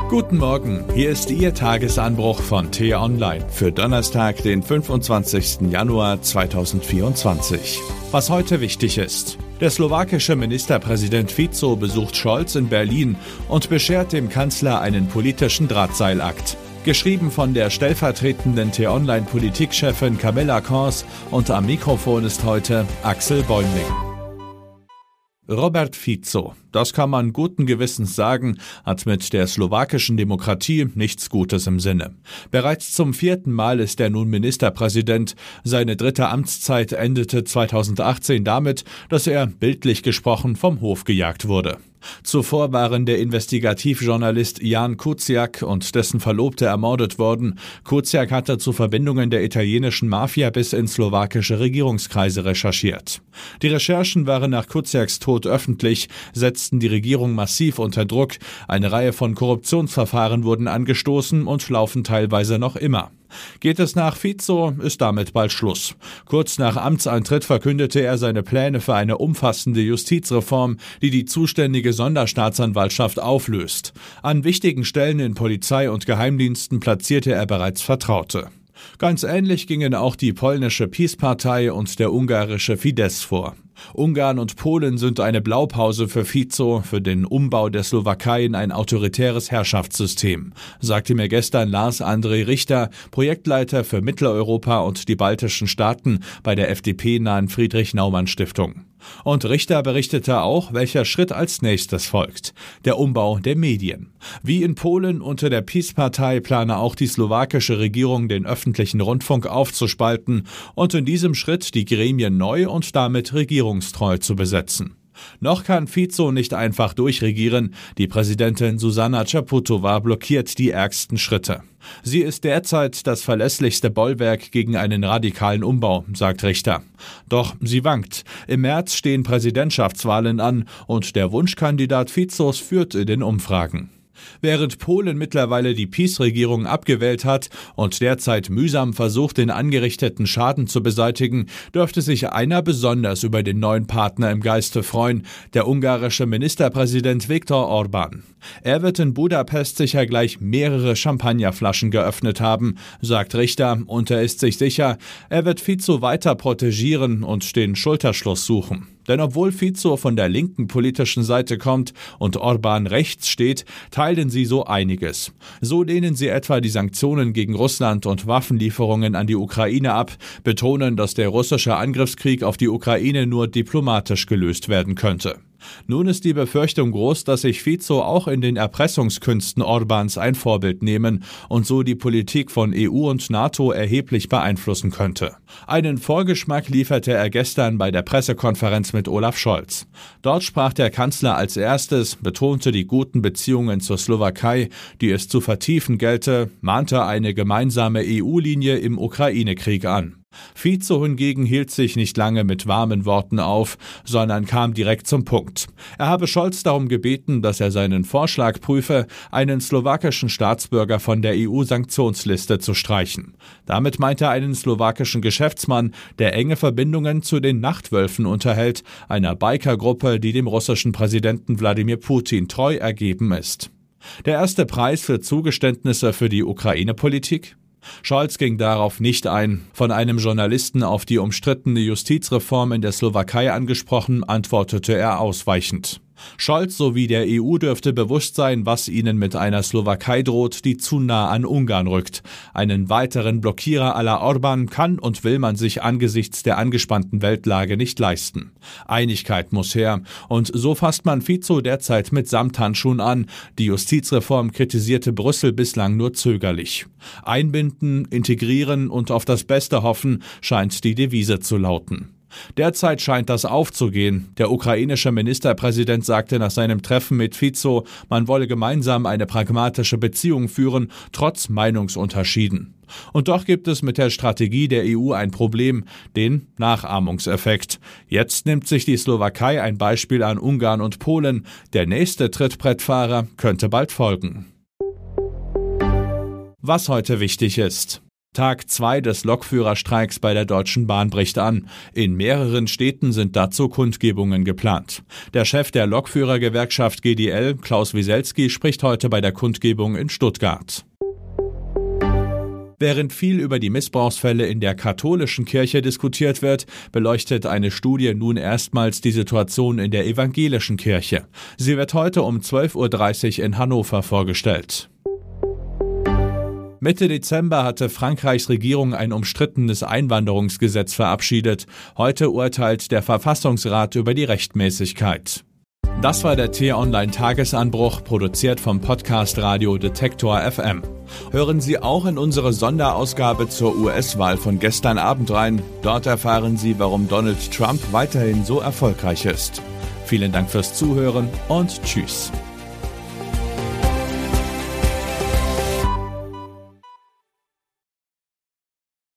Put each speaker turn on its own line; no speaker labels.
Guten Morgen, hier ist Ihr Tagesanbruch von T-Online für Donnerstag, den 25. Januar 2024. Was heute wichtig ist: Der slowakische Ministerpräsident Fico besucht Scholz in Berlin und beschert dem Kanzler einen politischen Drahtseilakt. Geschrieben von der stellvertretenden T-Online-Politikchefin Camilla Kors und am Mikrofon ist heute Axel Bäumling. Robert Fico, das kann man guten Gewissens sagen, hat mit der slowakischen Demokratie nichts Gutes im Sinne. Bereits zum 4. Mal ist er nun Ministerpräsident. Seine 3. Amtszeit endete 2018 damit, dass er, bildlich gesprochen, vom Hof gejagt wurde. Zuvor waren der Investigativjournalist Jan Kuciak und dessen Verlobte ermordet worden. Kuciak hatte zu Verbindungen der italienischen Mafia bis in slowakische Regierungskreise recherchiert. Die Recherchen waren nach Kuciaks Tod öffentlich, setzten die Regierung massiv unter Druck. Eine Reihe von Korruptionsverfahren wurden angestoßen und laufen teilweise noch immer. Geht es nach Fico, ist damit bald Schluss. Kurz nach Amtsantritt verkündete er seine Pläne für eine umfassende Justizreform, die die zuständige Sonderstaatsanwaltschaft auflöst. An wichtigen Stellen in Polizei und Geheimdiensten platzierte er bereits Vertraute. Ganz ähnlich gingen auch die polnische PiS-Partei und der ungarische Fidesz vor. Ungarn und Polen sind eine Blaupause für Fico, für den Umbau der Slowakei in ein autoritäres Herrschaftssystem, sagte mir gestern Lars André Richter, Projektleiter für Mitteleuropa und die baltischen Staaten bei der FDP-nahen Friedrich-Naumann-Stiftung. Und Richter berichtete auch, welcher Schritt als nächstes folgt: der Umbau der Medien. Wie in Polen unter der PiS-Partei plane auch die slowakische Regierung, den öffentlichen Rundfunk aufzuspalten und in diesem Schritt die Gremien neu und damit regierungstreu zu besetzen. Noch kann Fico nicht einfach durchregieren. Die Präsidentin Zuzana Čaputová blockiert die ärgsten Schritte. Sie ist derzeit das verlässlichste Bollwerk gegen einen radikalen Umbau, sagt Richter. Doch sie wankt. Im März stehen Präsidentschaftswahlen an und der Wunschkandidat Ficos führt in den Umfragen. Während Polen mittlerweile die PiS-Regierung abgewählt hat und derzeit mühsam versucht, den angerichteten Schaden zu beseitigen, dürfte sich einer besonders über den neuen Partner im Geiste freuen: der ungarische Ministerpräsident Viktor Orbán. Er wird in Budapest sicher gleich mehrere Champagnerflaschen geöffnet haben, sagt Richter, und er ist sich sicher, er wird Fico weiter protegieren und den Schulterschluss suchen. Denn obwohl Fico von der linken politischen Seite kommt und Orbán rechts steht, teilen sie so einiges. So lehnen sie etwa die Sanktionen gegen Russland und Waffenlieferungen an die Ukraine ab, betonen, dass der russische Angriffskrieg auf die Ukraine nur diplomatisch gelöst werden könnte. Nun ist die Befürchtung groß, dass sich Fico auch in den Erpressungskünsten Orbáns ein Vorbild nehmen und so die Politik von EU und NATO erheblich beeinflussen könnte. Einen Vorgeschmack lieferte er gestern bei der Pressekonferenz mit Olaf Scholz. Dort sprach der Kanzler als erstes, betonte die guten Beziehungen zur Slowakei, die es zu vertiefen gelte, mahnte eine gemeinsame EU-Linie im Ukraine-Krieg an. Fico hingegen hielt sich nicht lange mit warmen Worten auf, sondern kam direkt zum Punkt. Er habe Scholz darum gebeten, dass er seinen Vorschlag prüfe, einen slowakischen Staatsbürger von der EU-Sanktionsliste zu streichen. Damit meinte er einen slowakischen Geschäftsmann, der enge Verbindungen zu den Nachtwölfen unterhält, einer Bikergruppe, die dem russischen Präsidenten Wladimir Putin treu ergeben ist. Der erste Preis für Zugeständnisse für die Ukraine-Politik? Scholz ging darauf nicht ein. Von einem Journalisten auf die umstrittene Justizreform in der Slowakei angesprochen, antwortete er ausweichend. Scholz sowie der EU dürfte bewusst sein, was ihnen mit einer Slowakei droht, die zu nah an Ungarn rückt. Einen weiteren Blockierer à la Orbán kann und will man sich angesichts der angespannten Weltlage nicht leisten. Einigkeit muss her, und so fasst man Fico derzeit mit Samthandschuhen an. Die Justizreform kritisierte Brüssel bislang nur zögerlich. Einbinden, integrieren und auf das Beste hoffen, scheint die Devise zu lauten. Derzeit scheint das aufzugehen. Der ukrainische Ministerpräsident sagte nach seinem Treffen mit Fico, man wolle gemeinsam eine pragmatische Beziehung führen, trotz Meinungsunterschieden. Und doch gibt es mit der Strategie der EU ein Problem, den Nachahmungseffekt. Jetzt nimmt sich die Slowakei ein Beispiel an Ungarn und Polen. Der nächste Trittbrettfahrer könnte bald folgen. Was heute wichtig ist: Tag 2 des Lokführerstreiks bei der Deutschen Bahn bricht an. In mehreren Städten sind dazu Kundgebungen geplant. Der Chef der Lokführergewerkschaft GDL, Klaus Wieselski, spricht heute bei der Kundgebung in Stuttgart. Während viel über die Missbrauchsfälle in der katholischen Kirche diskutiert wird, beleuchtet eine Studie nun erstmals die Situation in der evangelischen Kirche. Sie wird heute um 12:30 Uhr in Hannover vorgestellt. Mitte Dezember hatte Frankreichs Regierung ein umstrittenes Einwanderungsgesetz verabschiedet. Heute urteilt der Verfassungsrat über die Rechtmäßigkeit. Das war der T-Online-Tagesanbruch, produziert vom Podcast Radio Detektor FM. Hören Sie auch in unsere Sonderausgabe zur US-Wahl von gestern Abend rein. Dort erfahren Sie, warum Donald Trump weiterhin so erfolgreich ist. Vielen Dank fürs Zuhören und Tschüss.